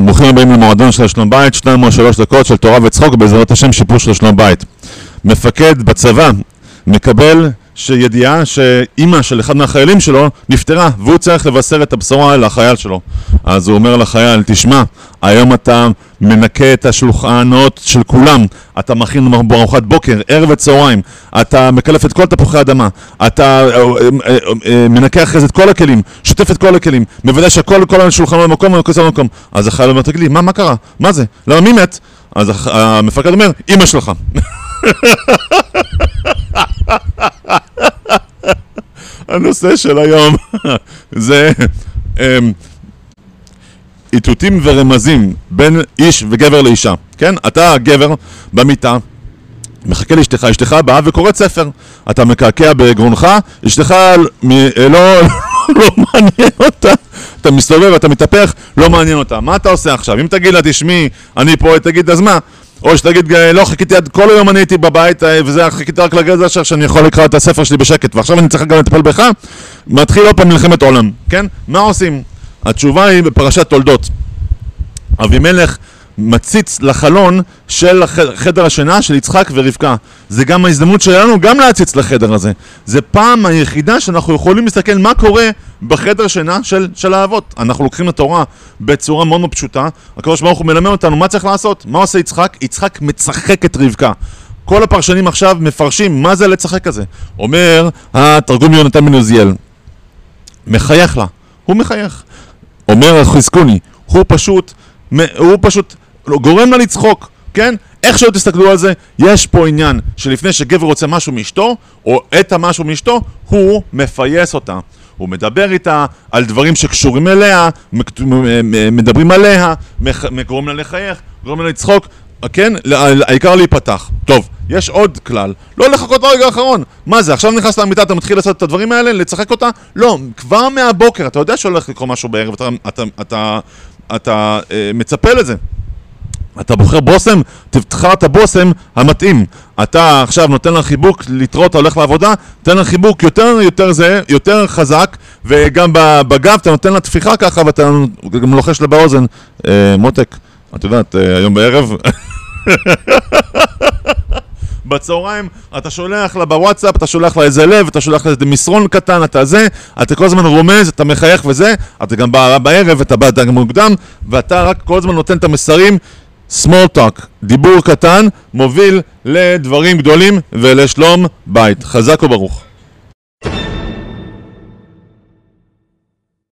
ברוכים הבאים למועדון של שלום בית, 2 או 3 דקות של תורה וצחוק, בעזרת השם שיפור של שלום בית. מפקד בצבא מקבל ידיעה שאימא של אחד מהחיילים שלו נפטרה, והוא צריך לבשר את הבשורה לחייל שלו. אז הוא אומר לחייל, תשמע, היום אתה מנקה את השולחנות של כולם, אתה מכין בארוחת בוקר, ערב וצהריים, אתה מקלף את כל תפוחי האדמה, אתה מנקה אחרי זה את כל הכלים, שוטף את כל הכלים, מוודא שכל השולחנות במקום ומקוצר במקום. אז החייל אומר, תגיד לי, מה קרה? מה זה? למה מי מת? אז המפקד אומר, אמא שלך. הנושא של היום זה איתותים ורמזים בין איש וגבר לאישה. כן? אתה גבר במיטה, מחכה לאשתך, אשתך באה וקוראת ספר. אתה מקעקע בגרונך, אשתך לא מעניין אותה. אתה מסתובב, אתה מתהפך, לא מעניין אותה. מה אתה עושה עכשיו? אם תגיד לה, תשמעי, אני פה, תגיד, אז מה? או שתגיד, לא, חיכיתי עד כל היום אני הייתי בבית, וזה חיכיתי רק לגזע שאני יכול לקרוא את הספר שלי בשקט, ועכשיו אני צריך גם לטפל בך, מתחיל עוד פעם מלחמת עולם, כן? מה עושים? התשובה היא בפרשת תולדות. אבימלך מציץ לחלון של חדר השינה של יצחק ורבקה. זה גם ההזדמנות שלנו גם להציץ לחדר הזה. זה פעם היחידה שאנחנו יכולים להסתכל מה קורה בחדר שינה של האבות. אנחנו לוקחים את התורה בצורה מאוד מאוד פשוטה. הקדוש ברוך הוא מלמד אותנו מה צריך לעשות. מה עושה יצחק? יצחק מצחק את רבקה. כל הפרשנים עכשיו מפרשים מה זה לצחק הזה. אומר התרגום יונתן בן עוזיאל, מחייך לה. הוא מחייך. אומר חזקוני, הוא פשוט גורם לה לצחוק, כן? איך שלא תסתכלו על זה, יש פה עניין שלפני שגבר רוצה משהו מאשתו, או את המשהו מאשתו, הוא מפייס אותה. הוא מדבר איתה על דברים שקשורים אליה, מדברים עליה, גורם לה לחייך, גורם לה לצחוק, כן? העיקר להיפתח. טוב, יש עוד כלל, לא לחכות לרגע האחרון. מה זה? עכשיו נכנס למיטה, אתה מתחיל לעשות את הדברים האלה, לצחק אותה? לא, כבר מהבוקר, אתה יודע שהולך לקרוא משהו בערב, אתה מצפה לזה. אתה בוחר בוסם, תבחר את הבוסם המתאים. אתה עכשיו נותן לה חיבוק, לתרות, אתה הולך לעבודה, תן לה חיבוק יותר חזק, וגם בגב אתה נותן לה תפיחה ככה, ואתה גם לוחש לה באוזן. מותק, את יודעת, היום בערב בצהריים אתה שולח לה בוואטסאפ, אתה שולח לה איזה לב, אתה שולח לה איזה מסרון קטן, אתה כל הזמן רומז, אתה מחייך וזה, אתה גם בערב, אתה בא גם מוקדם, ואתה רק כל הזמן נותן את המסרים. small talk, דיבור קטן, מוביל לדברים גדולים ולשלום בית. חזק וברוך.